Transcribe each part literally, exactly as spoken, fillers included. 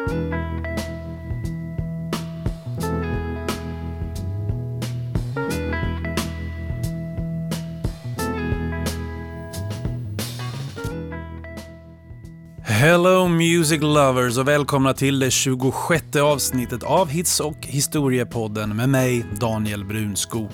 Hello music lovers och välkomna till det tjugosjätte avsnittet av Hits- och historiepodden med mig, Daniel Brunskog.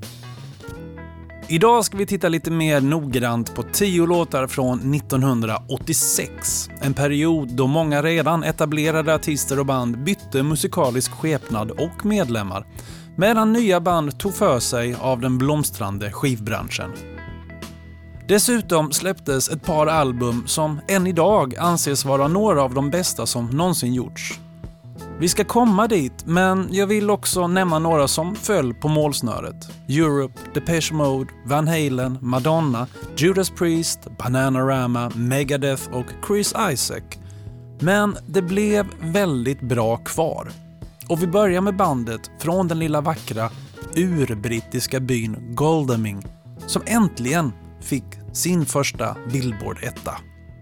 Idag ska vi titta lite mer noggrant på tio låtar från nittonhundraåttiosex. En period då många redan etablerade artister och band bytte musikalisk skepnad och medlemmar, medan nya band tog för sig av den blomstrande skivbranschen. Dessutom släpptes ett par album som än idag anses vara några av de bästa som någonsin gjorts. Vi ska komma dit, men jag vill också nämna några som föll på målsnöret. Europe, Depeche Mode, Van Halen, Madonna, Judas Priest, Bananarama, Megadeth och Chris Isaak. Men det blev väldigt bra kvar. Och vi börjar med bandet från den lilla vackra urbrittiska byn Godalming, som äntligen fick sin första Billboard-etta.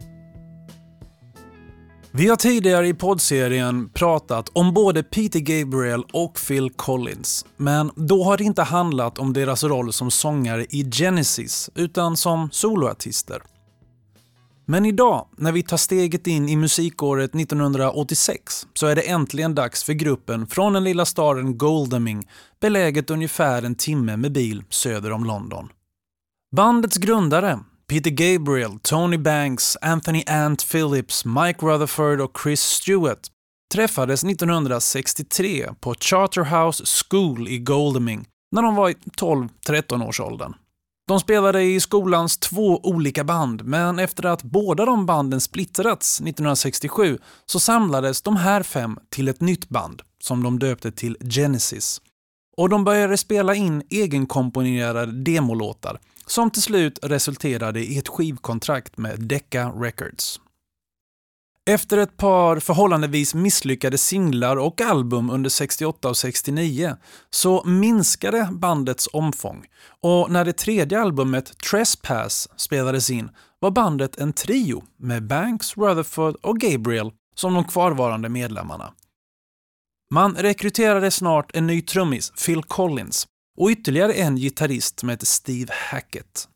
Vi har tidigare i poddserien pratat om både Peter Gabriel och Phil Collins, men då har det inte handlat om deras roll som sångare i Genesis utan som soloartister. Men idag, när vi tar steget in i musikåret nittonhundraåttiosex, så är det äntligen dags för gruppen från den lilla staden Godalming, beläget ungefär en timme med bil söder om London. Bandets grundare, Peter Gabriel, Tony Banks, Anthony Ant Phillips, Mike Rutherford och Chris Stewart träffades nittonhundrasextiotre på Charterhouse School i Godalming när de var i tolv tretton års åldern. De spelade i skolans två olika band, men efter att båda de banden splittrats nittonhundrasextiosju så samlades de här fem till ett nytt band som de döpte till Genesis. Och de började spela in egenkomponerade demolåtar som till slut resulterade i ett skivkontrakt med Decca Records. Efter ett par förhållandevis misslyckade singlar och album under sextioåtta och sextionio så minskade bandets omfång, och när det tredje albumet Trespass spelades in var bandet en trio med Banks, Rutherford och Gabriel som de kvarvarande medlemmarna. Man rekryterade snart en ny trummis, Phil Collins, och ytterligare en gitarrist som heter Steve Hackett.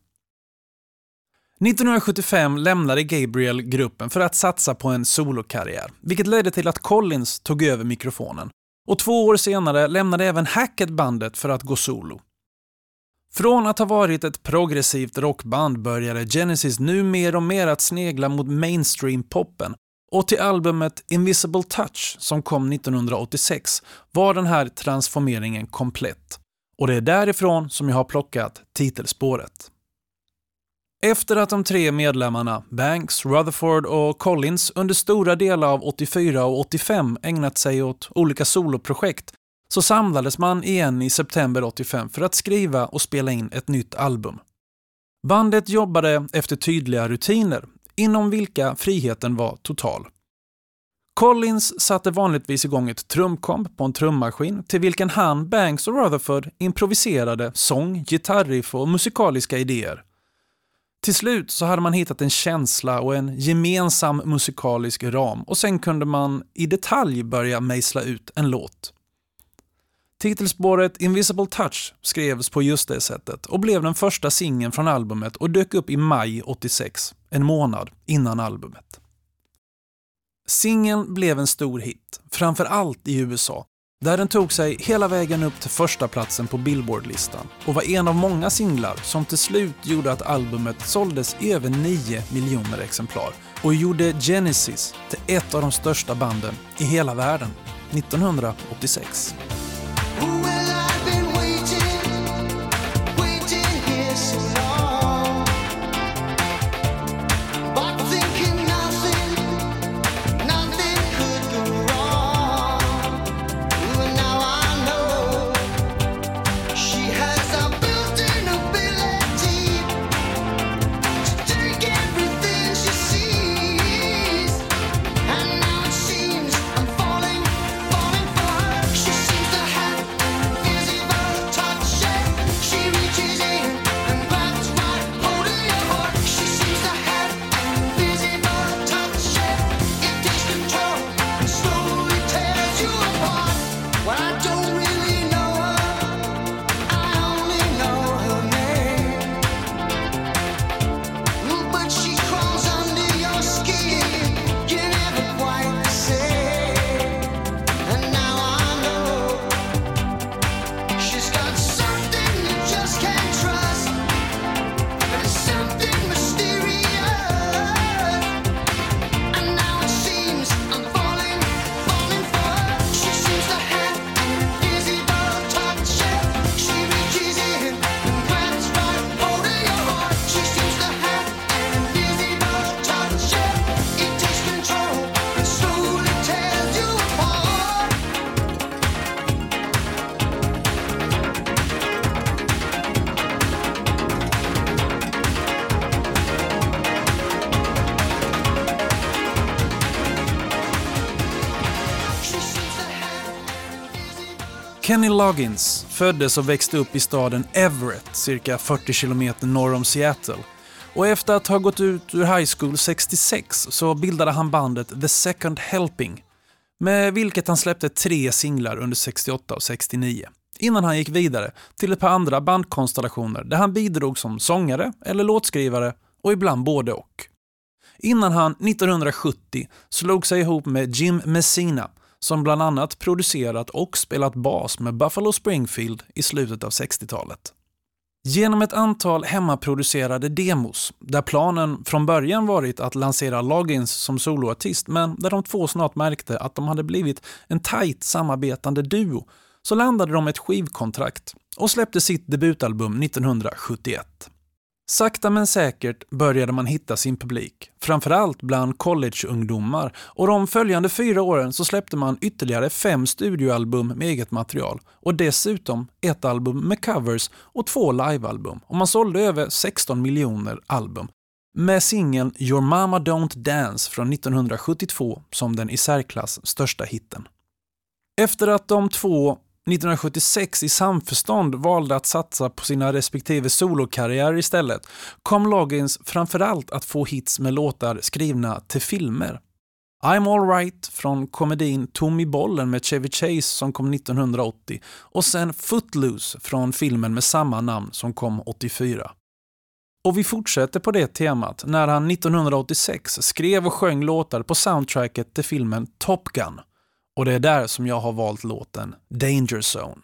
nittonhundrasjuttiofem lämnade Gabriel gruppen för att satsa på en solokarriär, vilket ledde till att Collins tog över mikrofonen. Och två år senare lämnade även Hackett bandet för att gå solo. Från att ha varit ett progressivt rockband började Genesis nu mer och mer att snegla mot mainstream-poppen, och till albumet Invisible Touch som kom nittonhundraåttiosex var den här transformeringen komplett. Och det är därifrån som jag har plockat titelspåret. Efter att de tre medlemmarna, Banks, Rutherford och Collins, under stora delar av åttiofyra och åttiofem ägnat sig åt olika soloprojekt, så samlades man igen i september åttiofem för att skriva och spela in ett nytt album. Bandet jobbade efter tydliga rutiner, inom vilka friheten var total. Collins satte vanligtvis igång ett trumkomp på en trummaskin till vilken han, Banks och Rutherford improviserade sång, gitarriff och musikaliska idéer. Till slut så hade man hittat en känsla och en gemensam musikalisk ram, och sen kunde man i detalj börja mejsla ut en låt. Titelspåret Invisible Touch skrevs på just det sättet och blev den första singeln från albumet och dök upp i maj åttiosex, en månad innan albumet. Singeln blev en stor hit, framför allt i U S A, där den tog sig hela vägen upp till första platsen på Billboard-listan och var en av många singlar som till slut gjorde att albumet såldes i över nio miljoner exemplar och gjorde Genesis till ett av de största banden i hela världen nittonhundraåttiosex. Falling, falling for her. She seems Kenny Loggins föddes och växte upp i staden Everett, cirka fyrtio kilometer norr om Seattle. Och efter att ha gått ut ur high school sextiosex så bildade han bandet The Second Helping, med vilket han släppte tre singlar under sextioåtta och sextionio. Innan han gick vidare till ett par andra bandkonstellationer där han bidrog som sångare eller låtskrivare och ibland både och. Innan han nittonhundrasjuttio slog sig ihop med Jim Messina, som bland annat producerat och spelat bas med Buffalo Springfield i slutet av sextiotalet. Genom ett antal hemmaproducerade demos, där planen från början varit att lansera Loggins som soloartist, men där de två snart märkte att de hade blivit en tight samarbetande duo, så landade de ett skivkontrakt och släppte sitt debutalbum nittonhundrasjuttioett. Sakta men säkert började man hitta sin publik, framförallt bland collegeungdomar, och de följande fyra åren så släppte man ytterligare fem studioalbum med eget material och dessutom ett album med covers och två livealbum, och man sålde över sexton miljoner album, med singeln Your Mama Don't Dance från nittonhundrasjuttiotvå som den i särklass största hitten. Efter att de två nittonhundrasjuttiosex i samförstånd valde att satsa på sina respektive solokarriärer istället, kom Loggins framförallt att få hits med låtar skrivna till filmer. I'm All Right från komedin Tom i bollen med Chevy Chase som kom nittonhundraåttio, och sen Footloose från filmen med samma namn som kom åttiofyra. Och vi fortsätter på det temat när han nittonhundraåttiosex skrev och sjöng låtar på soundtracket till filmen Top Gun. Och det är där som jag har valt låten Danger Zone.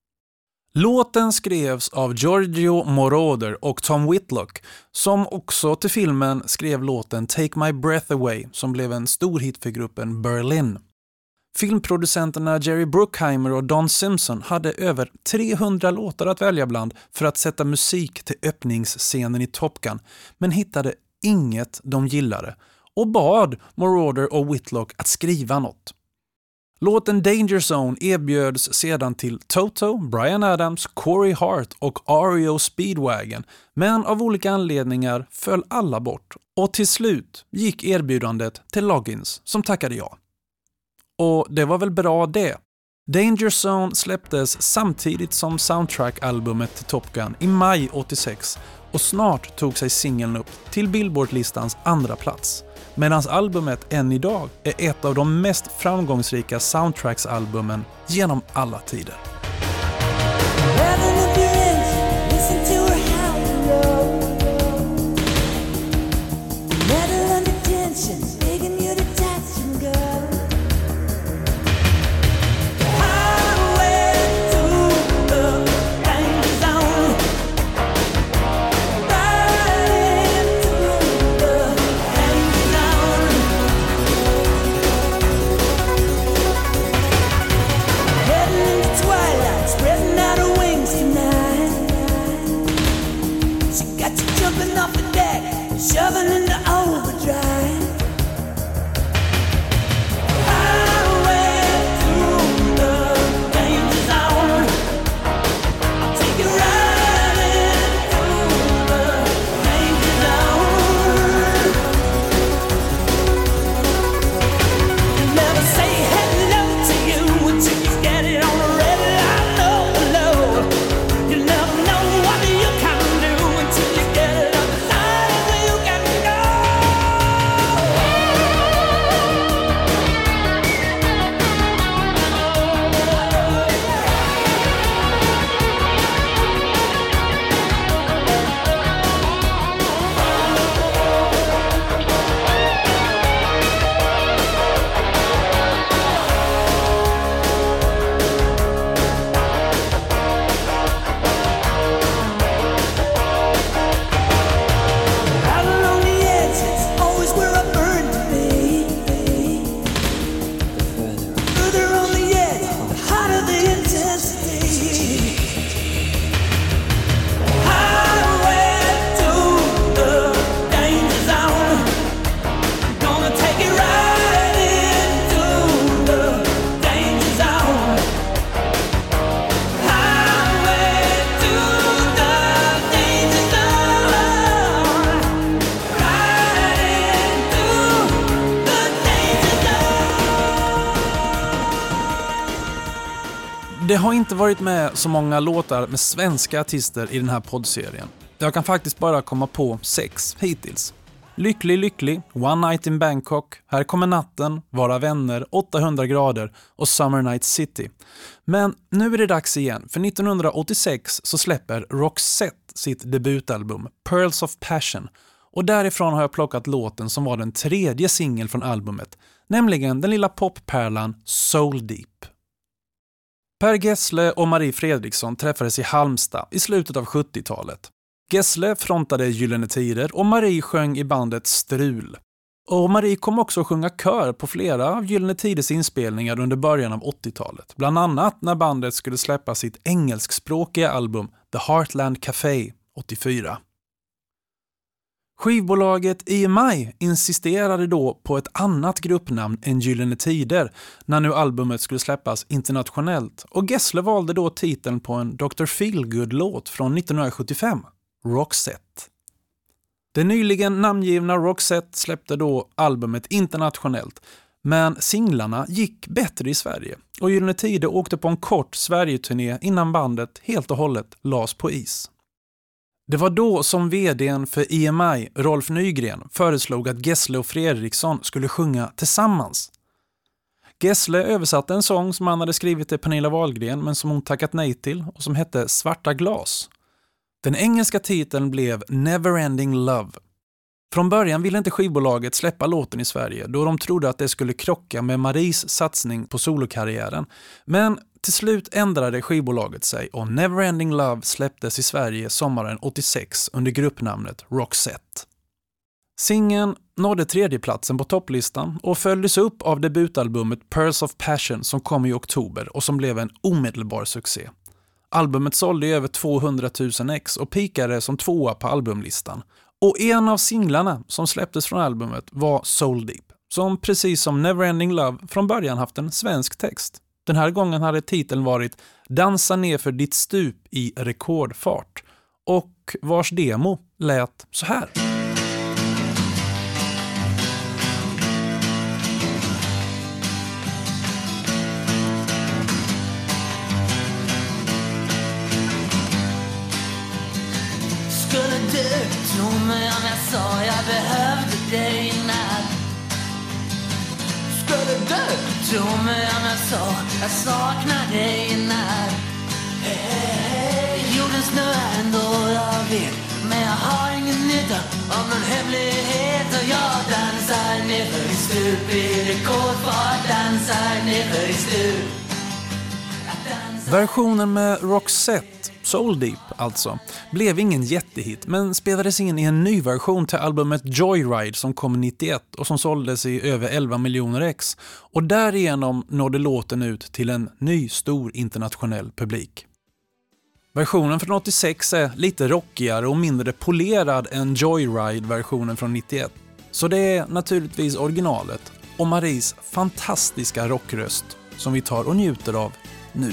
Låten skrevs av Giorgio Moroder och Tom Whitlock, som också till filmen skrev låten Take My Breath Away som blev en stor hit för gruppen Berlin. Filmproducenterna Jerry Bruckheimer och Don Simpson hade över trehundra låtar att välja bland för att sätta musik till öppningsscenen i Top Gun, men hittade inget de gillade och bad Moroder och Whitlock att skriva något. Låten Danger Zone erbjöds sedan till Toto, Bryan Adams, Corey Hart och R E O Speedwagon, men av olika anledningar föll alla bort och till slut gick erbjudandet till Loggins som tackade ja. Och det var väl bra det. Danger Zone släpptes samtidigt som soundtrack-albumet till Top Gun i maj åttiosex och snart tog sig singeln upp till Billboard-listans andra plats. Medan albumet än idag är ett av de mest framgångsrika soundtracks-albumen genom alla tider. Spreading out her wings tonight. Det har inte varit med så många låtar med svenska artister i den här poddserien. Jag kan faktiskt bara komma på sex hittills. Lycklig lycklig, One Night in Bangkok, Här kommer natten, Vara vänner, åttahundra grader och Summer Night City. Men nu är det dags igen, för nittonhundraåttiosex så släpper Roxette sitt debutalbum Pearls of Passion. Och därifrån har jag plockat låten som var den tredje singeln från albumet, nämligen den lilla poppärlan Soul Deep. Per Gessle och Marie Fredriksson träffades i Halmstad i slutet av sjuttiotalet. Gessle frontade Gyllene Tider och Marie sjöng i bandet Strul. Och Marie kom också att sjunga kör på flera av Gyllene Tiders inspelningar under början av åttiotalet. Bland annat när bandet skulle släppa sitt engelskspråkiga album The Heartland Café åttiofyra. Skivbolaget E M I insisterade då på ett annat gruppnamn än Gyllene Tider när nu albumet skulle släppas internationellt, och Gessle valde då titeln på en doktor Feelgood-låt från nittonhundrasjuttiofem, Roxette. Den nyligen namngivna Roxette släppte då albumet internationellt, men singlarna gick bättre i Sverige och Gyllene Tider åkte på en kort Sverige-turné innan bandet helt och hållet lades på is. Det var då som vdn för E M I, Rolf Nygren, föreslog att Gessle och Fredriksson skulle sjunga tillsammans. Gessle översatte en sång som han hade skrivit till Pernilla Wahlgren men som hon tackat nej till och som hette Svarta glas. Den engelska titeln blev Neverending Love. Från början ville inte skivbolaget släppa låten i Sverige då de trodde att det skulle krocka med Maries satsning på solokarriären. Men till slut ändrade skivbolaget sig och Neverending Love släpptes i Sverige sommaren åttiosex under gruppnamnet Roxette. Singeln nådde tredjeplatsen på topplistan och följdes upp av debutalbumet Pearls of Passion som kom i oktober och som blev en omedelbar succé. Albumet sålde i över tvåhundratusen ex och pikade som tvåa på albumlistan. Och en av singlarna som släpptes från albumet var Soul Deep, som precis som Neverending Love från början haft en svensk text. Den här gången hade titeln varit Dansa ner för ditt stup i rekordfart, och vars demo lät så här. Skulle du tro mig om jag sa jag behövde dig natt? Skulle du tro mig om jag sa jag saknar dig natt? Hey, hey, hey. Jorden snöar ändå, jag vet, men jag har ingen nytta av någon hemlighet. Och jag dansar nerför i stup i rekordfart, dansar nerför i stup. Versionen med Roxette, Soul Deep alltså, blev ingen jättehit men spelades in i en ny version till albumet Joyride som kom nittioett och som såldes i över elva miljoner ex, och därigenom nådde låten ut till en ny stor internationell publik. Versionen från åttiosex är lite rockigare och mindre polerad än Joyride-versionen från nittioett, så det är naturligtvis originalet och Maries fantastiska rockröst som vi tar och njuter av nu.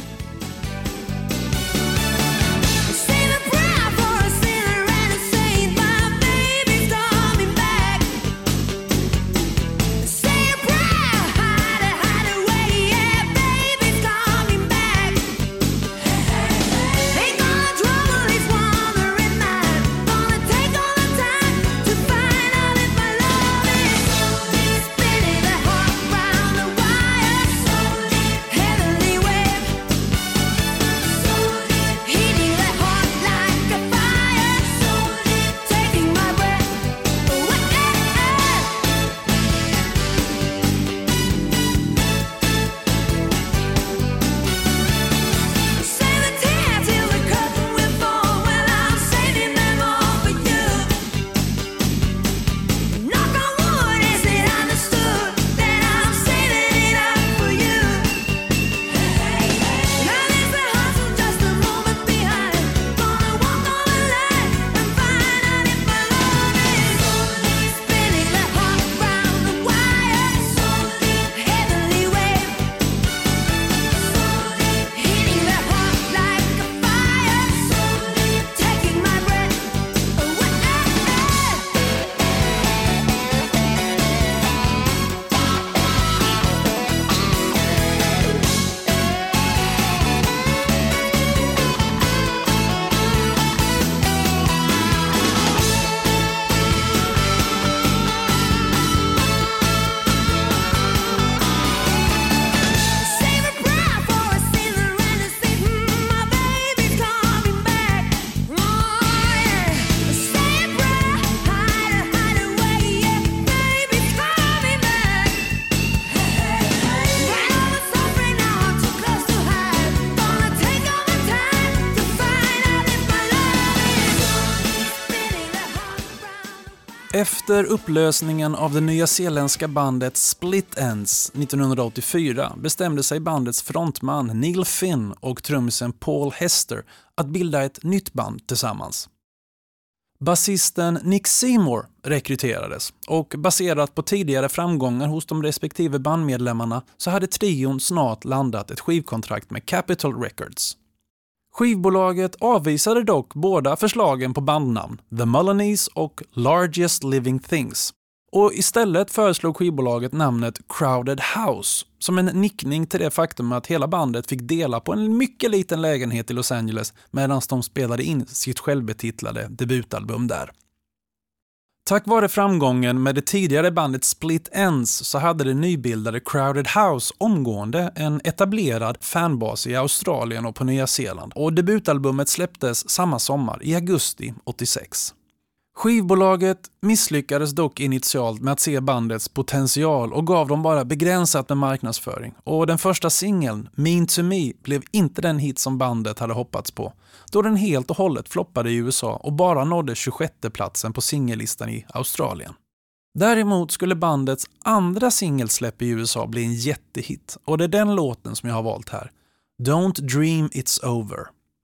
Efter upplösningen av det nyzeeländska bandet Split Enz nittonhundraåttiofyra bestämde sig bandets frontman Neil Finn och trummisen Paul Hester att bilda ett nytt band tillsammans. Basisten Nick Seymour rekryterades och baserat på tidigare framgångar hos de respektive bandmedlemmarna så hade trion snart landat ett skivkontrakt med Capitol Records. Skivbolaget avvisade dock båda förslagen på bandnamn, The Mullanies och Largest Living Things. Och istället föreslog skivbolaget namnet Crowded House som en nickning till det faktum att hela bandet fick dela på en mycket liten lägenhet i Los Angeles medan de spelade in sitt självbetitlade debutalbum där. Tack vare framgången med det tidigare bandet Split Enz så hade det nybildade Crowded House omgående en etablerad fanbas i Australien och på Nya Zeeland och debutalbumet släpptes samma sommar i augusti åttiosex. Skivbolaget misslyckades dock initialt med att se bandets potential och gav dem bara begränsat med marknadsföring. Och den första singeln, Mean to Me, blev inte den hit som bandet hade hoppats på, då den helt och hållet floppade i U S A och bara nådde tjugosjätte platsen på singellistan i Australien. Däremot skulle bandets andra singelsläpp i U S A bli en jättehit, och det är den låten som jag har valt här. Don't Dream It's Over.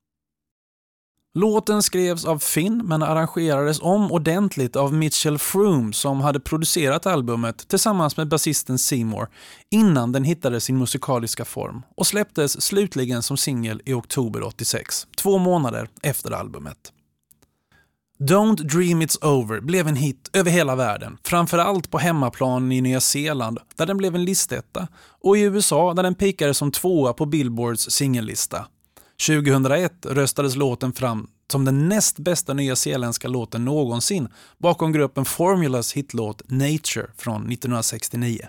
Låten skrevs av Finn men arrangerades om ordentligt av Mitchell Froom som hade producerat albumet tillsammans med basisten Seymour innan den hittade sin musikaliska form och släpptes slutligen som singel i oktober åttiosex, två månader efter albumet. Don't Dream It's Over blev en hit över hela världen, framförallt på hemmaplan i Nya Zeeland där den blev en listetta och i U S A där den pikade som tvåa på Billboards singellista. tjugohundraett röstades låten fram som den näst bästa nyzeeländska låten någonsin bakom gruppen Formulas hitlåt Nature från nittonhundrasextionio.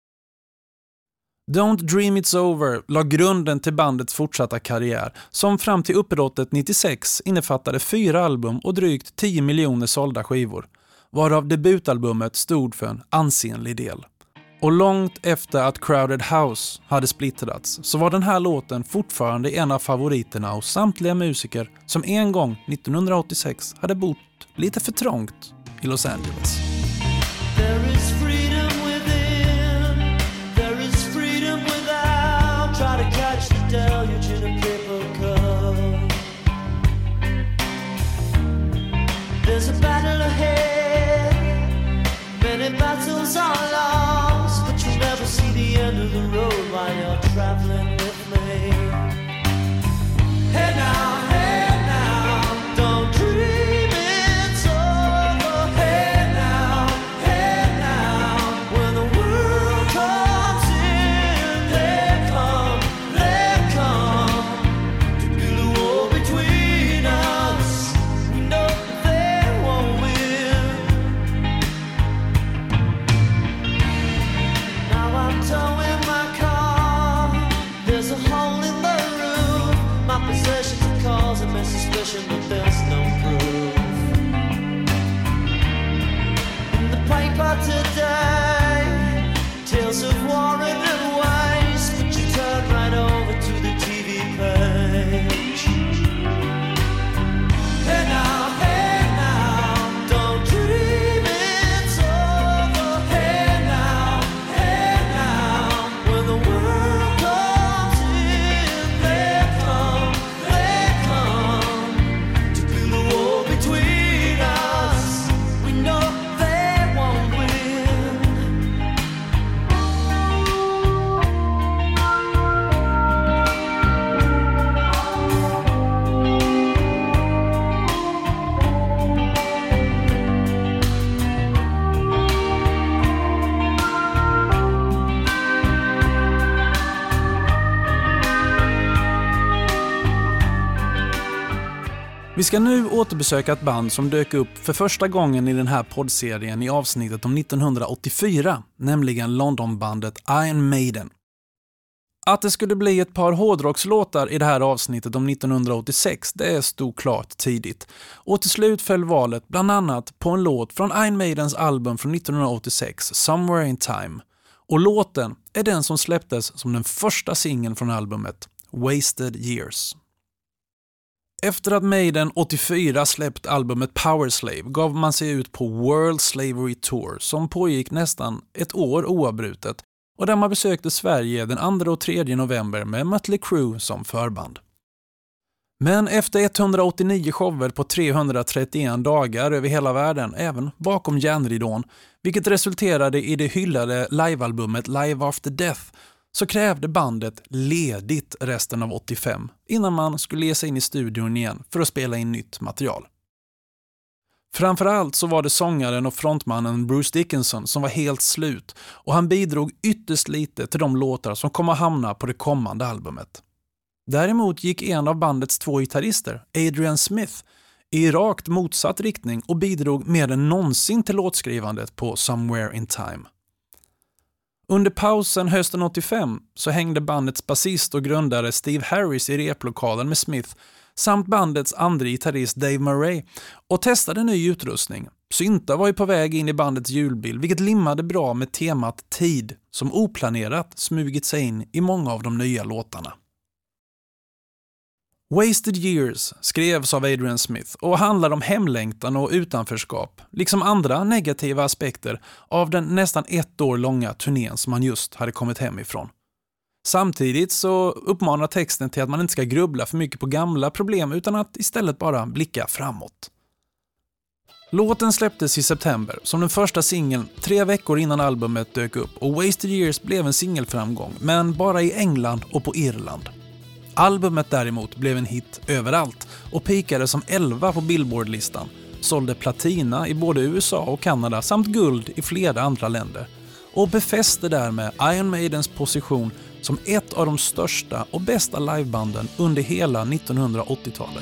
Don't Dream It's Over la grunden till bandets fortsatta karriär som fram till uppbrottet nittiosex innefattade fyra album och drygt tio miljoner sålda skivor, varav debutalbumet stod för en ansenlig del. Och långt efter att Crowded House hade splittrats så var den här låten fortfarande en av favoriterna hos samtliga musiker som en gång nittonhundraåttiosex hade bott lite för trångt i Los Angeles. There is freedom within, there is freedom without. Try to catch the deluge in a paper cup. There's a battle ahead, many battles are lost, but you never see the end of the road while you're traveling with me. Hey now, hey now, don't dream it's over. Hey now, hey now, when the world comes in, they come, they come to build a wall between us. We know they won't win. Now I'm towing my car, there's a hole in the roof. My possessions are causing me suspicion, but there's no proof. In the paper today, tales of war and waste, but you turn right over to the T V page. Hey now, hey now, don't dream it's over. Hey now, hey now, when the world comes in, they come, they come to build a wall between us. We know they won't win. Vi ska nu återbesöka ett band som dök upp för första gången i den här poddserien i avsnittet om nittonhundraåttiofyra, nämligen Londonbandet Iron Maiden. Att det skulle bli ett par hårdrockslåtar i det här avsnittet om nittonhundraåttiosex, det stod klart tidigt. Och till slut föll valet bland annat på en låt från Iron Maidens album från nittonhundraåttiosex, Somewhere in Time. Och låten är den som släpptes som den första singeln från albumet, Wasted Years. Efter att Maiden åttiofyra släppt albumet Powerslave gav man sig ut på World Slavery Tour som pågick nästan ett år oavbrutet och där man besökte Sverige den andra och tredje november med Mötley Crüe som förband. Men efter etthundraåttionio shower på trehundratrettioen dagar över hela världen, även bakom järnridån, vilket resulterade i det hyllade livealbumet Live After Death, så krävde bandet ledigt resten av åttiofem innan man skulle ge sig in i studion igen för att spela in nytt material. Framförallt så var det sångaren och frontmannen Bruce Dickinson som var helt slut och han bidrog ytterst lite till de låtar som kommer att hamna på det kommande albumet. Däremot gick en av bandets två gitarrister, Adrian Smith, i rakt motsatt riktning och bidrog mer än någonsin till låtskrivandet på Somewhere in Time. Under pausen hösten åttiofem så hängde bandets basist och grundare Steve Harris i replokalen med Smith samt bandets andra gitarrist Dave Murray och testade ny utrustning. Syntar var ju på väg in i bandets julbild, vilket limmade bra med temat tid som oplanerat smugit sig in i många av de nya låtarna. Wasted Years skrevs av Adrian Smith och handlar om hemlängtan och utanförskap, liksom andra negativa aspekter av den nästan ett år långa turnén som han just hade kommit hem ifrån. Samtidigt så uppmanar texten till att man inte ska grubbla för mycket på gamla problem utan att istället bara blicka framåt. Låten släpptes i september som den första singeln tre veckor innan albumet dök upp och Wasted Years blev en singelframgång, men bara i England och på Irland. Albumet däremot blev en hit överallt och pikade som elva på Billboard-listan, sålde platina i både U S A och Kanada samt guld i flera andra länder och befäste därmed Iron Maidens position som ett av de största och bästa livebanden under hela nittonhundraåttiotalet.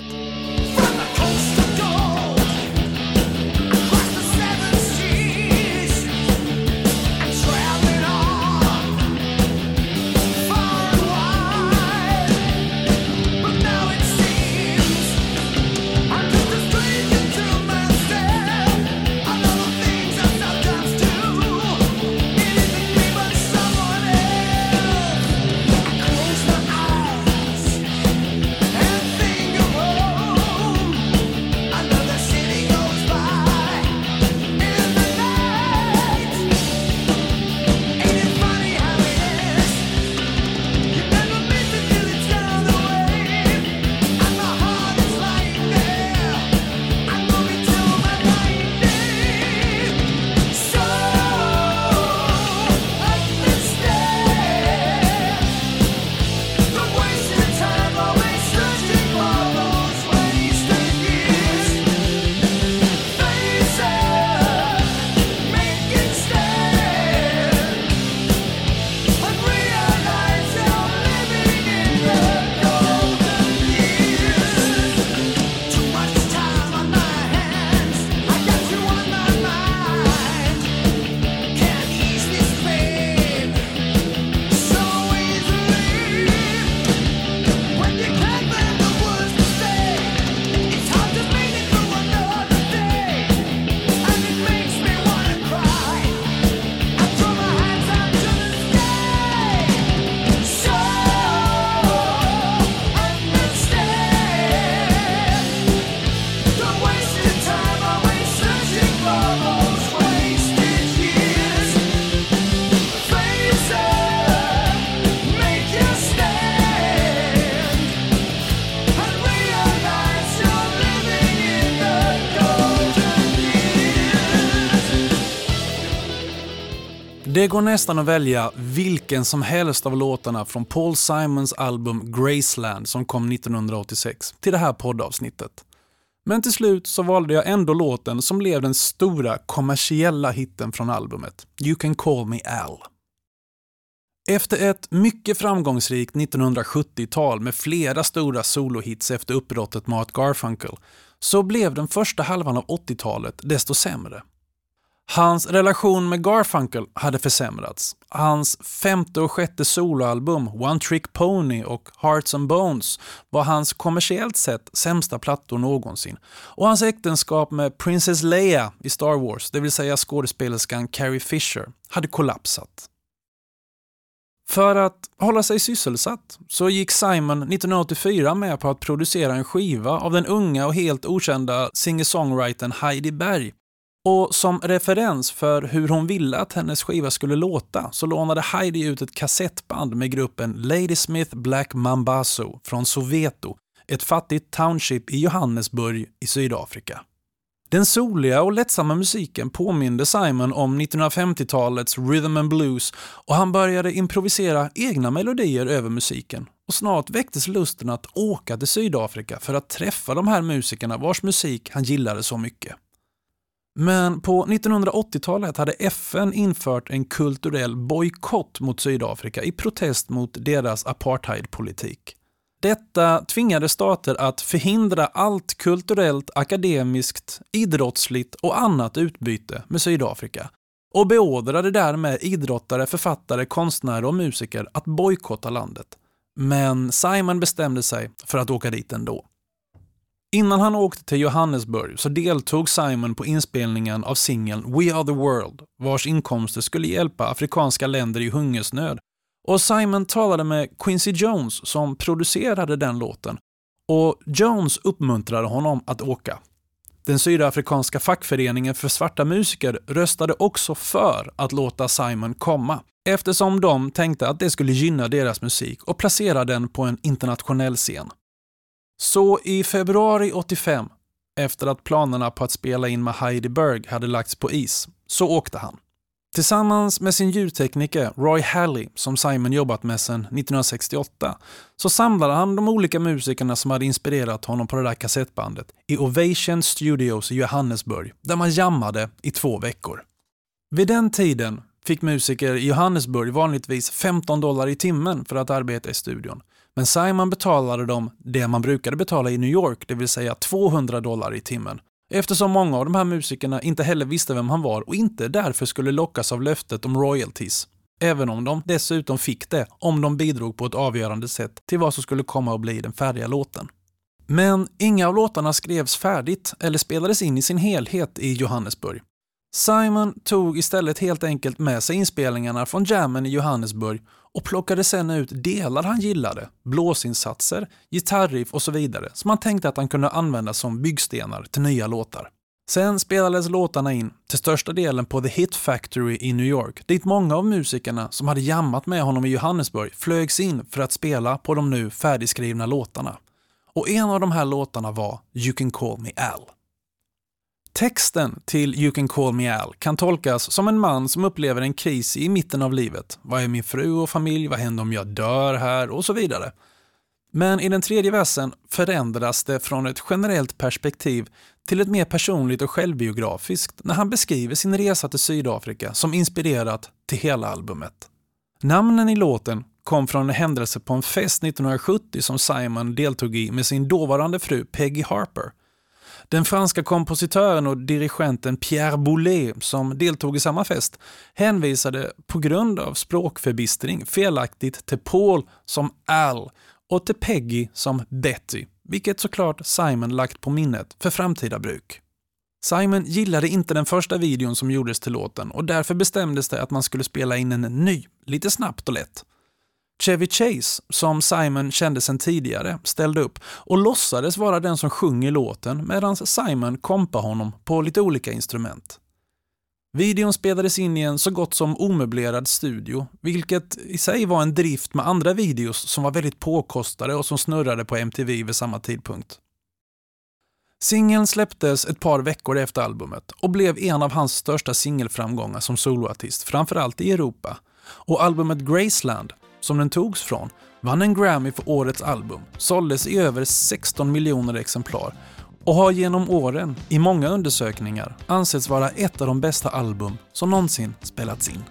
Det går nästan att välja vilken som helst av låtarna från Paul Simons album Graceland som kom nittonhundraåttiosex till det här poddavsnittet. Men till slut så valde jag ändå låten som blev den stora kommersiella hitten från albumet, You Can Call Me Al. Efter ett mycket framgångsrikt nittonhundrasjuttiotal med flera stora solohits efter uppbrottet med Art Garfunkel så blev den första halvan av åttiotalet desto sämre. Hans relation med Garfunkel hade försämrats. Hans femte och sjätte soloalbum One Trick Pony och Hearts and Bones var hans kommersiellt sett sämsta plattor någonsin. Och hans äktenskap med Princess Leia i Star Wars, det vill säga skådespelerskan Carrie Fisher, hade kollapsat. För att hålla sig sysselsatt så gick Simon nittonhundraåttiofyra med på att producera en skiva av den unga och helt okända singer-songwritern Heidi Berg. Och som referens för hur hon ville att hennes skiva skulle låta så lånade Heidi ut ett kassettband med gruppen Ladysmith Black Mambazo från Soweto, ett fattigt township i Johannesburg i Sydafrika. Den soliga och lättsamma musiken påminde Simon om nittonhundrafemtiotalets rhythm and blues och han började improvisera egna melodier över musiken. Och snart väcktes lusten att åka till Sydafrika för att träffa de här musikerna vars musik han gillade så mycket. Men på nittonhundraåttiotalet hade F N infört en kulturell bojkott mot Sydafrika i protest mot deras apartheidpolitik. Detta tvingade stater att förhindra allt kulturellt, akademiskt, idrottsligt och annat utbyte med Sydafrika och beordrade därmed idrottare, författare, konstnärer och musiker att bojkotta landet. Men Simon bestämde sig för att åka dit ändå. Innan han åkte till Johannesburg så deltog Simon på inspelningen av singeln We Are The World, vars inkomster skulle hjälpa afrikanska länder i hungersnöd. Och Simon talade med Quincy Jones som producerade den låten och Jones uppmuntrade honom att åka. Den sydafrikanska fackföreningen för svarta musiker röstade också för att låta Simon komma eftersom de tänkte att det skulle gynna deras musik och placera den på en internationell scen. Så i februari åttiofem, efter att planerna på att spela in med Heidi Berg hade lagts på is, så åkte han. Tillsammans med sin ljudtekniker Roy Halley, som Simon jobbat med sedan nittonhundrasextioåtta, så samlade han de olika musikerna som hade inspirerat honom på det där kassettbandet i Ovation Studios i Johannesburg, där man jammade i två veckor. Vid den tiden fick musiker i Johannesburg vanligtvis femton dollar i timmen för att arbeta i studion. Men Simon betalade dem det man brukade betala i New York, det vill säga tvåhundra dollar i timmen. Eftersom många av de här musikerna inte heller visste vem han var och inte därför skulle lockas av löftet om royalties. Även om de dessutom fick det om de bidrog på ett avgörande sätt till vad som skulle komma att bli den färdiga låten. Men inga av låtarna skrevs färdigt eller spelades in i sin helhet i Johannesburg. Simon tog istället helt enkelt med sig inspelningarna från jammen i Johannesburg och plockade sedan ut delar han gillade, blåsinsatser, gitarriff och så vidare som han tänkte att han kunde använda som byggstenar till nya låtar. Sen spelades låtarna in till största delen på The Hit Factory i New York, dit många av musikerna som hade jammat med honom i Johannesburg flögs in för att spela på de nu färdigskrivna låtarna. Och en av de här låtarna var You Can Call Me Al. Texten till You Can Call Me Al kan tolkas som en man som upplever en kris i mitten av livet. Vad är min fru och familj? Vad händer om jag dör här? Och så vidare. Men i den tredje versen förändras det från ett generellt perspektiv till ett mer personligt och självbiografiskt när han beskriver sin resa till Sydafrika som inspirerat till hela albumet. Namnen i låten kom från en händelse på en fest nittonhundrasjuttio som Simon deltog i med sin dåvarande fru Peggy Harper. Den franska kompositören och dirigenten Pierre Boulez som deltog i samma fest hänvisade på grund av språkförbistring felaktigt till Paul som Al och till Peggy som Betty, vilket såklart Simon lagt på minnet för framtida bruk. Simon gillade inte den första videon som gjordes till låten och därför bestämdes det att man skulle spela in en ny, lite snabbt och lätt. Chevy Chase, som Simon kände sedan tidigare, ställde upp och låtsades vara den som sjunger låten medan Simon kompade honom på lite olika instrument. Videon spelades in i en så gott som omöblerad studio, vilket i sig var en drift med andra videos som var väldigt påkostade och som snurrade på M T V vid samma tidpunkt. Singeln släpptes ett par veckor efter albumet och blev en av hans största singelframgångar som soloartist, framförallt i Europa. Och albumet Graceland, som den togs från, vann en Grammy för årets album, såldes i över sexton miljoner exemplar och har genom åren i många undersökningar ansetts vara ett av de bästa album som någonsin spelats in.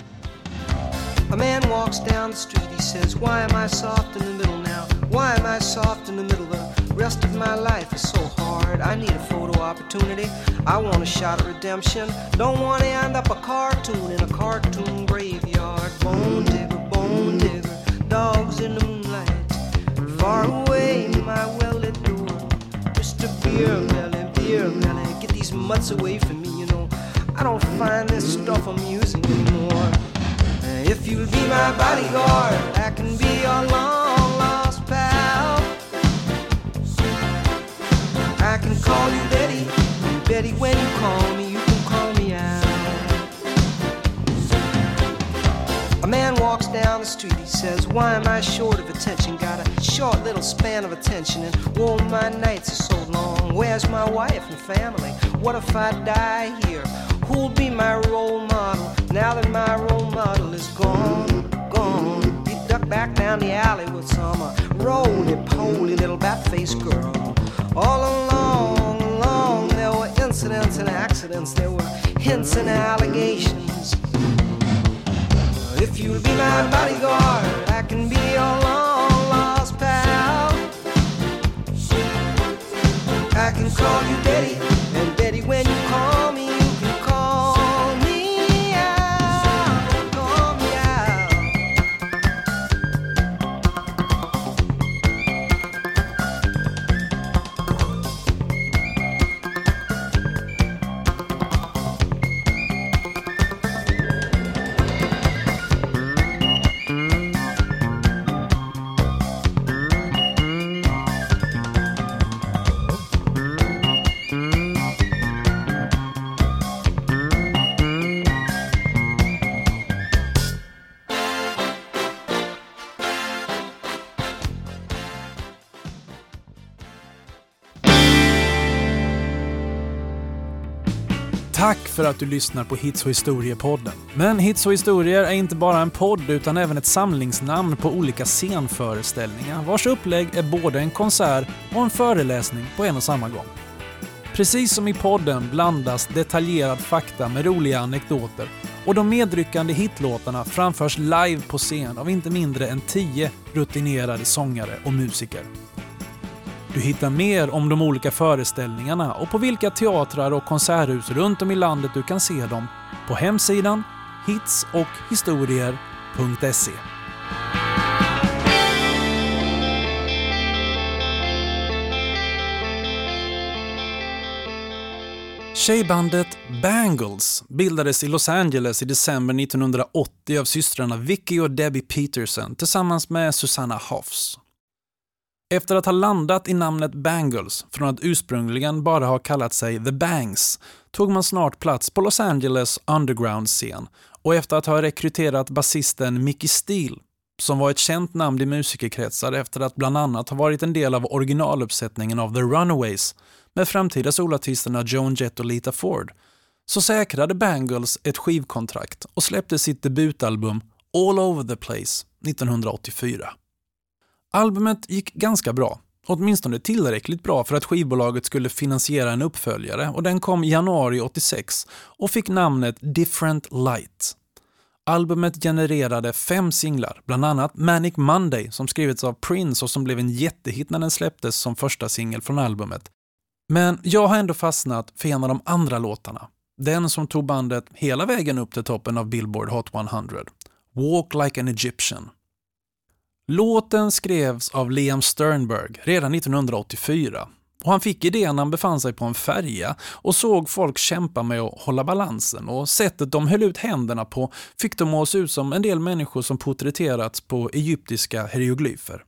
A man walks down the street, he says, why am I soft in the middle now? Why am I soft in the middle? The rest of my life is so hard. I need a photo opportunity. I want a shot at redemption. Don't want to end up a cartoon in a cartoon graveyard. Bone digger, bone digger, dogs in the moonlight. Far away, my well-lit door. Mister Beer Melly, Beer Melly, get these mutts away from me, you know. I don't find this stuff amusing anymore. If you'll be my bodyguard, I can be your long lost pal. I can call you Betty, and Betty, when you call me, you can call me out. A man walks down the street, he says, why am I short of attention? Got a short little span of attention, and whoa, my nights are so long. Where's my wife and family? What if I die here? Who'll be my role model now that my role model is gone, gone? He ducked back down the alley with some uh, roly-poly little bat-faced girl. All along, along, there were incidents and accidents, there were hints and allegations. If you'll be my bodyguard, I can be your long-lost pal. I can call you Betty, and Betty, when you call me, you can call me out, call me out. Tack för att du lyssnar på Hits och historiepodden. Men Hits och historier är inte bara en podd utan även ett samlingsnamn på olika scenföreställningar vars upplägg är både en konsert och en föreläsning på en och samma gång. Precis som i podden blandas detaljerad fakta med roliga anekdoter och de medryckande hitlåtarna framförs live på scen av inte mindre än tio rutinerade sångare och musiker. Du hittar mer om de olika föreställningarna och på vilka teatrar och konserthus runt om i landet du kan se dem på hemsidan hits och historier punkt se. Tjejbandet Bangles bildades i Los Angeles i december nittonhundraåttio av systrarna Vicky och Debbie Peterson tillsammans med Susanna Hoffs. Efter att ha landat i namnet Bangles från att ursprungligen bara ha kallat sig The Bangs tog man snart plats på Los Angeles underground-scen och efter att ha rekryterat basisten Mickey Steele, som var ett känt namn i musikerkretsar efter att bland annat ha varit en del av originaluppsättningen av The Runaways med framtida solartisterna Joan Jett och Lita Ford, så säkrade Bangles ett skivkontrakt och släppte sitt debutalbum All Over the Place nittonhundraåttiofyra. Albumet gick ganska bra, åtminstone tillräckligt bra för att skivbolaget skulle finansiera en uppföljare och den kom i januari åttiosex och fick namnet Different Light. Albumet genererade fem singlar, bland annat Manic Monday som skrivits av Prince och som blev en jättehit när den släpptes som första singel från albumet. Men jag har ändå fastnat för en av de andra låtarna, den som tog bandet hela vägen upp till toppen av Billboard Hot hundra, Walk Like an Egyptian. Låten skrevs av Liam Sternberg redan nittonhundraåttiofyra och han fick idén när han befann sig på en färja och såg folk kämpa med att hålla balansen och sättet de höll ut händerna på fick dem att se ut som en del människor som porträtterats på egyptiska hieroglyfer.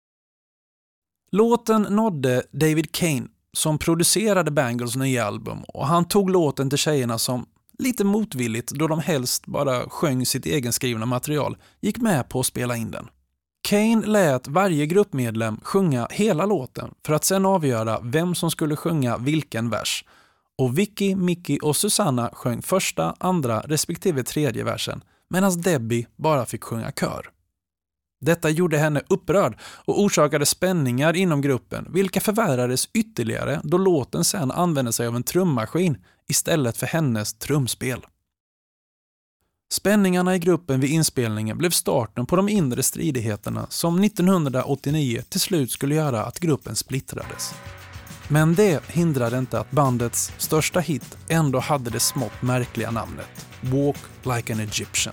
Låten nådde David Kane som producerade Bangles nya album och han tog låten till tjejerna som lite motvilligt då de helst bara sjöng sitt egenskrivna material gick med på att spela in den. Kane lät varje gruppmedlem sjunga hela låten för att sen avgöra vem som skulle sjunga vilken vers. Och Vicky, Mickey och Susanna sjöng första, andra respektive tredje versen medan Debbie bara fick sjunga kör. Detta gjorde henne upprörd och orsakade spänningar inom gruppen vilka förvärrades ytterligare då låten sen använde sig av en trummaskin istället för hennes trumspel. Spänningarna i gruppen vid inspelningen blev starten på de inre stridigheterna som nittonhundraåttionio till slut skulle göra att gruppen splittrades. Men det hindrade inte att bandets största hit ändå hade det smått märkliga namnet Walk Like an Egyptian.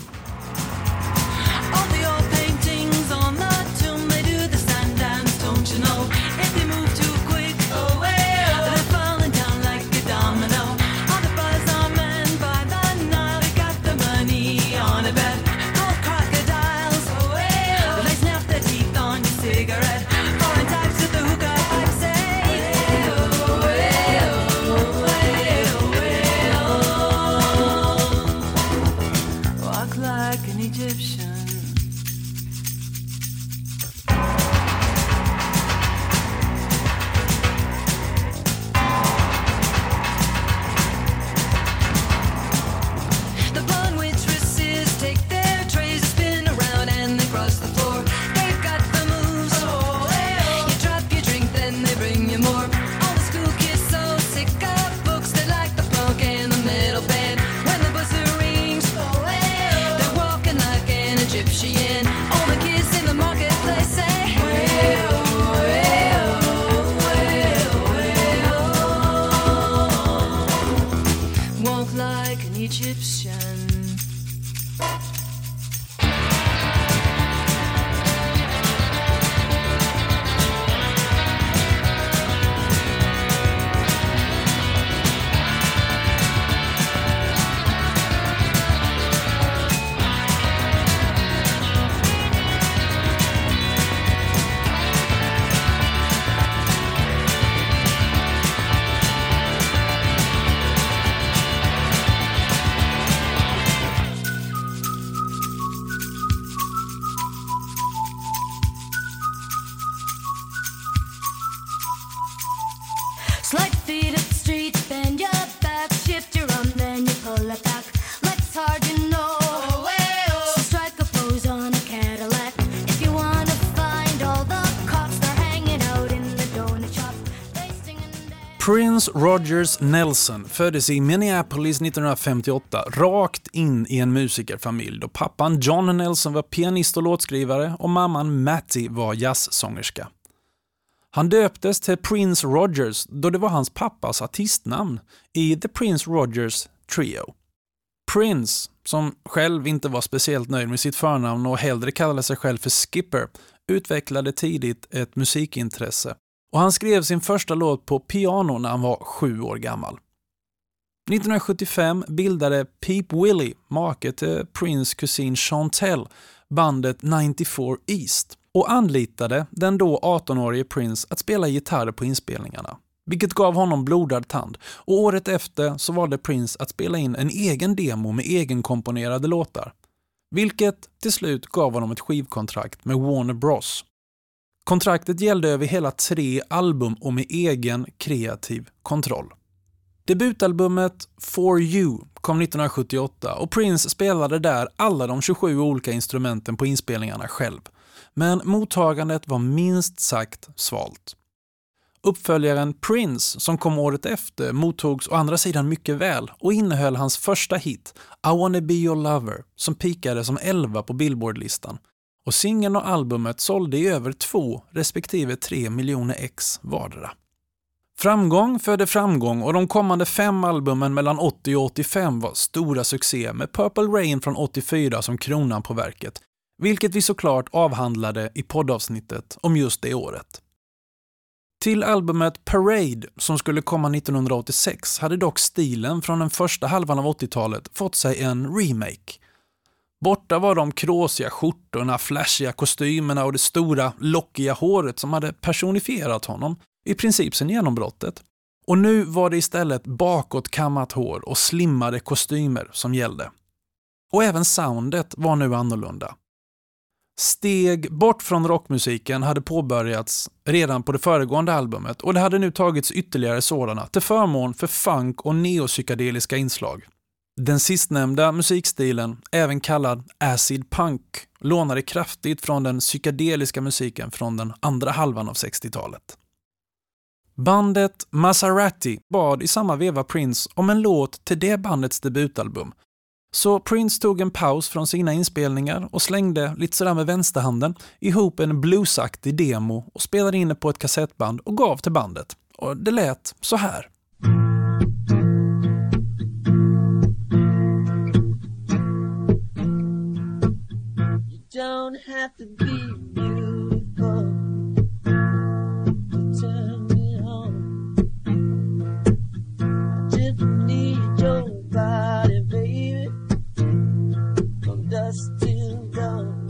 On a bed, I'll cry Prince Rogers Nelson föddes i Minneapolis nittonhundrafemtioåtta rakt in i en musikerfamilj då pappan John Nelson var pianist och låtskrivare och mamman Mattie var jazzsångerska. Han döptes till Prince Rogers då det var hans pappas artistnamn i The Prince Rogers Trio. Prince, som själv inte var speciellt nöjd med sitt förnamn och hellre kallade sig själv för Skipper, utvecklade tidigt ett musikintresse. Och han skrev sin första låt på piano när han var sju år gammal. nittonhundrasjuttiofem bildade Peep Willie, make till Prince kusin Chantel, bandet nittiofyra East och anlitade den då arton-årige Prince att spela gitarr på inspelningarna, vilket gav honom blodad tand. Och året efter så valde Prince att spela in en egen demo med egenkomponerade låtar, vilket till slut gav honom ett skivkontrakt med Warner Bros. Kontraktet gällde över hela tre album och med egen kreativ kontroll. Debutalbumet For You kom nittonhundrasjuttioåtta och Prince spelade där alla de tjugosju olika instrumenten på inspelningarna själv. Men mottagandet var minst sagt svalt. Uppföljaren Prince, som kom året efter, mottogs å andra sidan mycket väl och innehöll hans första hit, I Wanna Be Your Lover, som pikade som elva på Billboard-listan. Och singeln och albumet sålde i över två respektive tre miljoner ex vardera. Framgång födde framgång och de kommande fem albumen mellan åttio och åttiofem var stora succé med Purple Rain från åttiofyra som kronan på verket, vilket vi såklart avhandlade i poddavsnittet om just det året. Till albumet Parade, som skulle komma nittonhundraåttiosex, hade dock stilen från den första halvan av åttiotalet fått sig en remake. Borta var de kråsiga skjortorna, flashiga kostymerna och det stora, lockiga håret som hade personifierat honom, i princip sen genombrottet. Och nu var det istället bakåtkammat hår och slimmade kostymer som gällde. Och även soundet var nu annorlunda. Steg bort från rockmusiken hade påbörjats redan på det föregående albumet och det hade nu tagits ytterligare sådana till förmån för funk och neopsykadeliska inslag. Den sistnämnda musikstilen, även kallad acid punk, lånade kraftigt från den psykedeliska musiken från den andra halvan av sextiotalet. Bandet Maserati bad i samma veva Prince om en låt till det bandets debutalbum. Så Prince tog en paus från sina inspelningar och slängde lite sådär med vänsterhanden ihop en bluesaktig demo och spelade in det på ett kassettband och gav till bandet. Och det lät så här. Don't have to be beautiful to turn me on. I just need your body, baby, from dusk till dawn.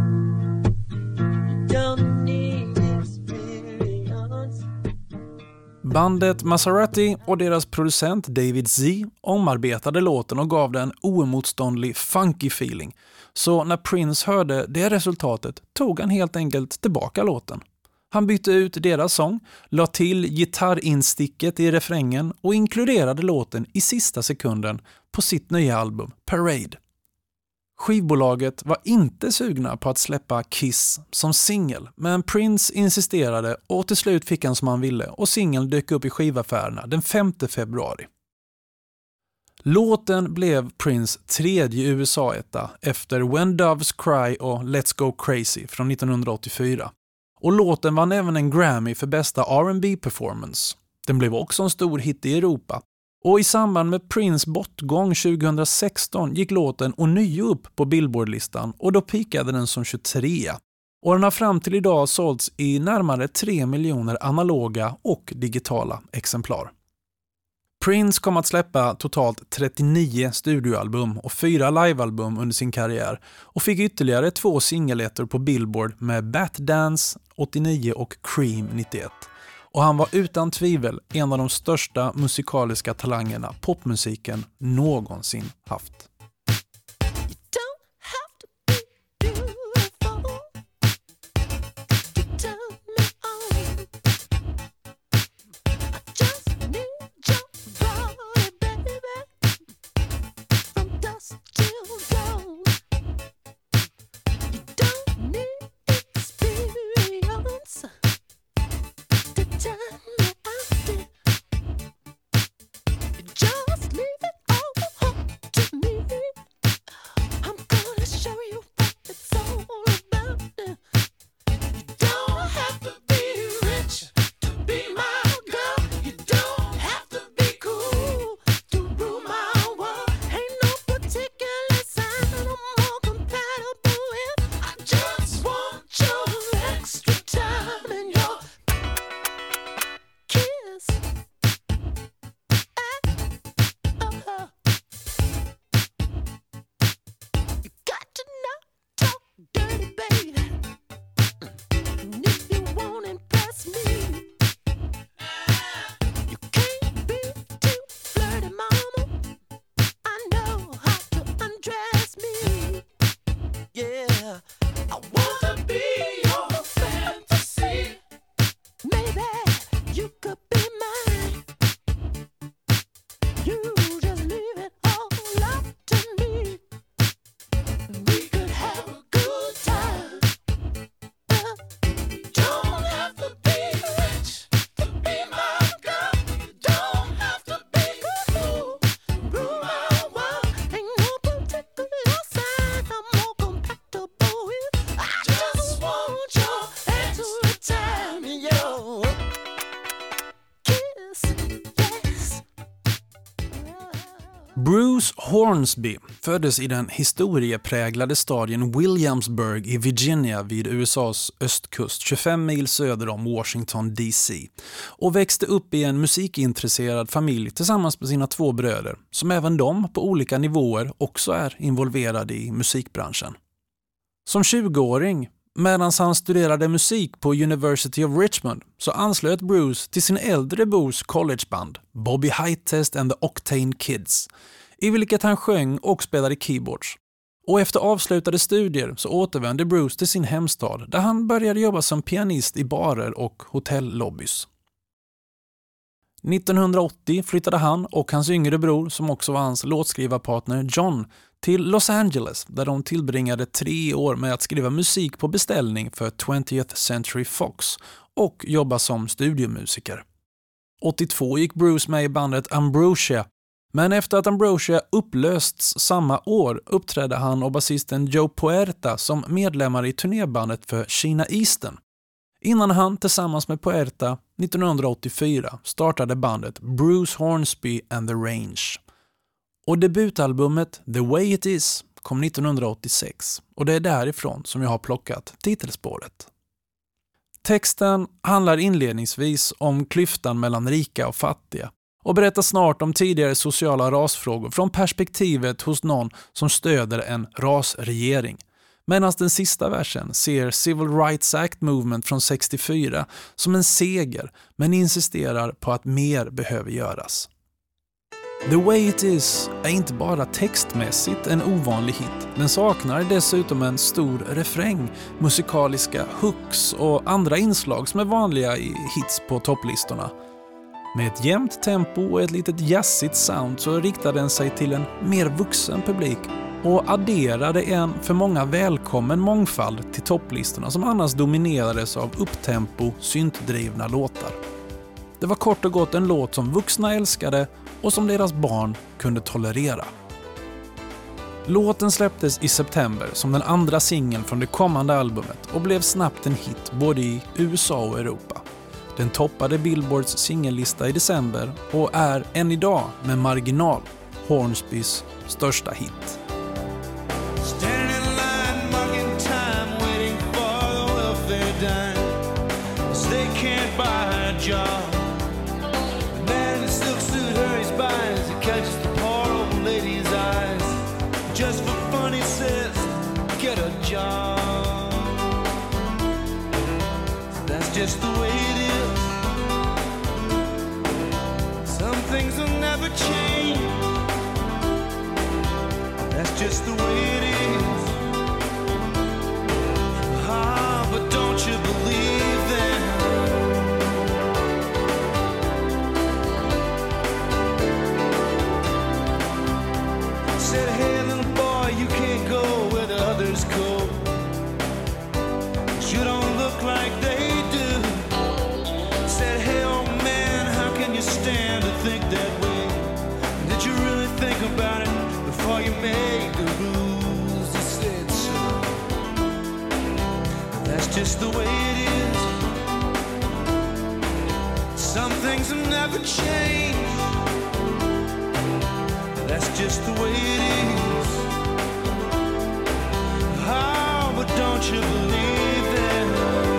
You don't need experience. Bandet Maserati och deras producent David Z omarbetade låten och gav den en oemotståndlig funky feeling. Så när Prince hörde det resultatet tog han helt enkelt tillbaka låten. Han bytte ut deras sång, la till gitarrinsticket i refrängen och inkluderade låten i sista sekunden på sitt nya album Parade. Skivbolaget var inte sugna på att släppa Kiss som singel, men Prince insisterade och till slut fick han som han ville och singeln dök upp i skivaffärerna den femte februari. Låten blev Prince tredje U S A-etta efter When Doves Cry och Let's Go Crazy från nittonhundraåttiofyra. Och låten vann även en Grammy för bästa R and B performance. Den blev också en stor hit i Europa. Och i samband med Prince bortgång tjugohundrasexton gick låten ånyo upp på Billboard-listan och då pikade den som tjugotrea. Och den har fram till idag sålts i närmare tre miljoner analoga och digitala exemplar. Prince kom att släppa totalt trettionio studioalbum och fyra livealbum under sin karriär och fick ytterligare två singelettor på Billboard med Bat Dance åttionio och Cream nittioett. Och han var utan tvivel en av de största musikaliska talangerna popmusiken någonsin haft. Bruce Hornsby föddes i den historiepräglade staden Williamsburg i Virginia vid U S A:s östkust tjugofem mil söder om Washington D C och växte upp i en musikintresserad familj tillsammans med sina två bröder som även de på olika nivåer också är involverade i musikbranschen. Som tjugoåring, medan han studerade musik på University of Richmond, så anslöt Bruce till sin äldre brors collegeband Bobby Hightest and the Octane Kids, i vilket han sjöng och spelade keyboards. Och efter avslutade studier så återvände Bruce till sin hemstad där han började jobba som pianist i barer och hotellobbys. nittonhundraåttio flyttade han och hans yngre bror, som också var hans låtskrivarpartner John, till Los Angeles där de tillbringade tre år med att skriva musik på beställning för twentieth Century Fox och jobba som studiomusiker. åttiotvå gick Bruce med i bandet Ambrosia, men efter att Ambrosia upplösts samma år uppträdde han och basisten Joe Puerta som medlemmar i turnébandet för Sheena Easton, innan han tillsammans med Puerta nittonhundraåttiofyra startade bandet Bruce Hornsby and the Range. Och debutalbumet The Way It Is kom nittonhundraåttiosex och det är därifrån som jag har plockat titelspåret. Texten handlar inledningsvis om klyftan mellan rika och fattiga och berättar snart om tidigare sociala rasfrågor från perspektivet hos någon som stöder en rasregering. Medan den sista versen ser Civil Rights Act Movement från sextiofyra som en seger, men insisterar på att mer behöver göras. The Way It Is är inte bara textmässigt en ovanlig hit. Den saknar dessutom en stor refräng, musikaliska hooks och andra inslag som är vanliga i hits på topplistorna. Med ett jämnt tempo och ett litet jazzigt sound så riktar den sig till en mer vuxen publik och adderade en för många välkommen mångfald till topplistorna som annars dominerades av upptempo, syntdrivna låtar. Det var kort och gott en låt som vuxna älskade och som deras barn kunde tolerera. Låten släpptes i september som den andra singeln från det kommande albumet och blev snabbt en hit både i U S A och Europa. Den toppade Billboards singellista i december och är än idag med marginal Hornsbys största hit. Just the way it is. Some things will never change. That's just the way it is. Ah, but don't you believe them? Said, hey little boy, you can't go where the others go. You don't look like they about it before you make the rules. He said so. That's just the way it is. Some things will never change. That's just the way it is. Oh, but don't you believe that?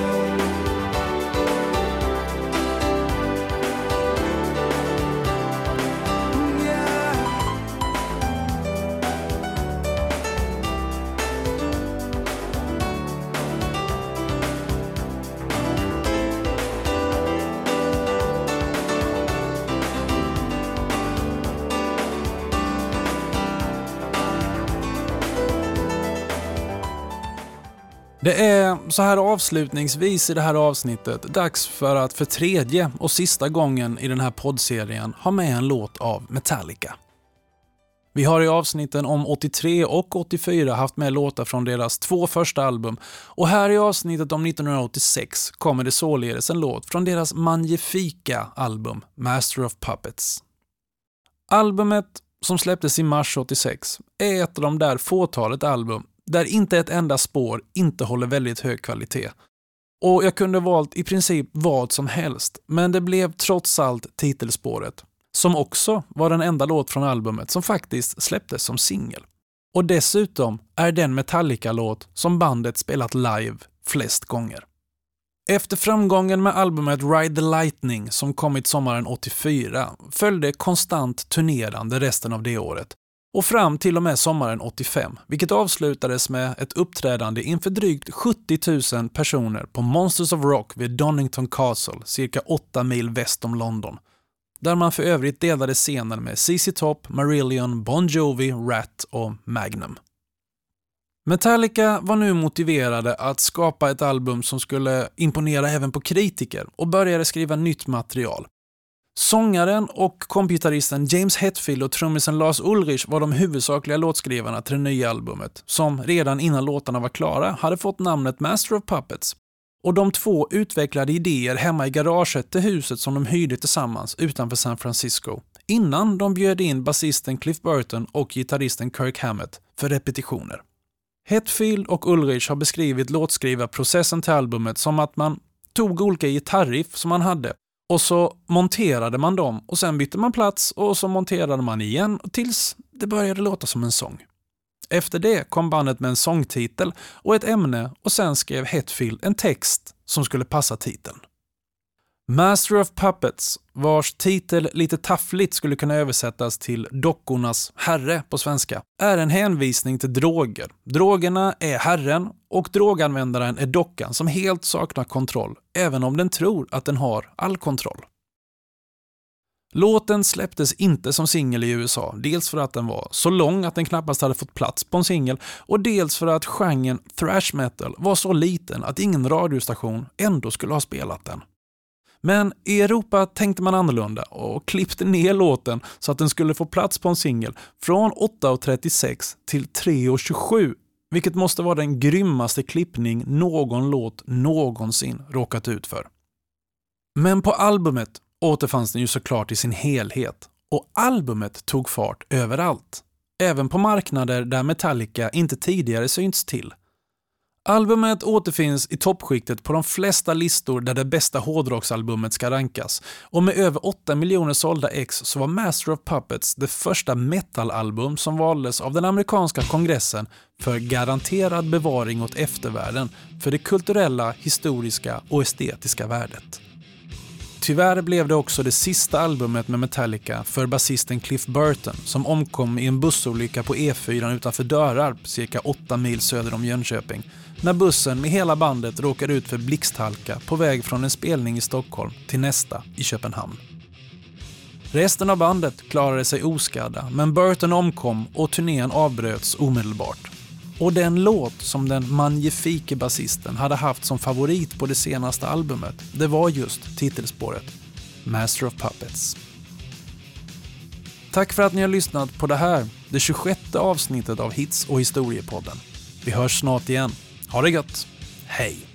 Det är så här avslutningsvis i det här avsnittet dags för att för tredje och sista gången i den här poddserien ha med en låt av Metallica. Vi har i avsnitten om åttiotre och åttiofyra haft med låtar från deras två första album och här i avsnittet om nittonhundraåttiosex kommer det således en låt från deras magnifika album Master of Puppets. Albumet som släpptes i mars åttiosex är ett av de där fåtalet album där inte ett enda spår inte håller väldigt hög kvalitet. Och jag kunde valt i princip vad som helst, men det blev trots allt titelspåret. som också var den enda låt från albumet som faktiskt släpptes som singel. Och dessutom är den Metallica-låt som bandet spelat live flest gånger. Efter framgången med albumet Ride the Lightning som kommit sommaren åttiofyra följde konstant turnerande resten av det året och fram till och med sommaren åttiofem, vilket avslutades med ett uppträdande inför drygt sjuttio tusen personer på Monsters of Rock vid Donington Castle, cirka åtta mil väst om London, där man för övrigt delade scenen med Z Z Top, Marillion, Bon Jovi, Rat och Magnum. Metallica var nu motiverade att skapa ett album som skulle imponera även på kritiker och började skriva nytt material. Sångaren och kompitaristen James Hetfield och trummisen Lars Ulrich var de huvudsakliga låtskrivarna till det nya albumet, som redan innan låtarna var klara hade fått namnet Master of Puppets. Och de två utvecklade idéer hemma i garaget till huset som de hyrde tillsammans utanför San Francisco, innan de bjöd in basisten Cliff Burton och gitarristen Kirk Hammett för repetitioner. Hetfield och Ulrich har beskrivit låtskrivarprocessen till albumet som att man tog olika gitarriff som man hade och så monterade man dem och sen bytte man plats och så monterade man igen tills det började låta som en sång. Efter det kom bandet med en sångtitel och ett ämne och sen skrev Hetfield en text som skulle passa titeln. Master of Puppets, vars titel lite taffligt skulle kunna översättas till dockornas herre på svenska, är en hänvisning till droger. Drogerna är herren och droganvändaren är dockan som helt saknar kontroll, även om den tror att den har all kontroll. Låten släpptes inte som singel i U S A, dels för att den var så lång att den knappast hade fått plats på en singel och dels för att genren thrash metal var så liten att ingen radiostation ändå skulle ha spelat den. Men i Europa tänkte man annorlunda och klippte ner låten så att den skulle få plats på en singel från åtta trettiosex till tre tjugosju, vilket måste vara den grymmaste klippning någon låt någonsin råkat ut för. Men på albumet återfanns den ju såklart i sin helhet och albumet tog fart överallt, även på marknader där Metallica inte tidigare synts till. Albumet återfinns i toppskiktet på de flesta listor där det bästa hårdrocksalbumet ska rankas och med över åtta miljoner sålda ex så var Master of Puppets det första metalalbum som valdes av den amerikanska kongressen för garanterad bevaring åt eftervärlden för det kulturella, historiska och estetiska värdet. Tyvärr blev det också det sista albumet med Metallica för basisten Cliff Burton som omkom i en bussolycka på E fyra utanför Dörarp, cirka åtta mil söder om Jönköping, när bussen med hela bandet råkade ut för blixthalka på väg från en spelning i Stockholm till nästa i Köpenhamn. Resten av bandet klarade sig oskadda, men Burton omkom och turnén avbröts omedelbart. Och den låt som den magnifike basisten hade haft som favorit på det senaste albumet, det var just titelspåret Master of Puppets. Tack för att ni har lyssnat på det här, det tjugosjätte avsnittet av Hits och historiepodden. Vi hörs snart igen. Ha det gött. Hej!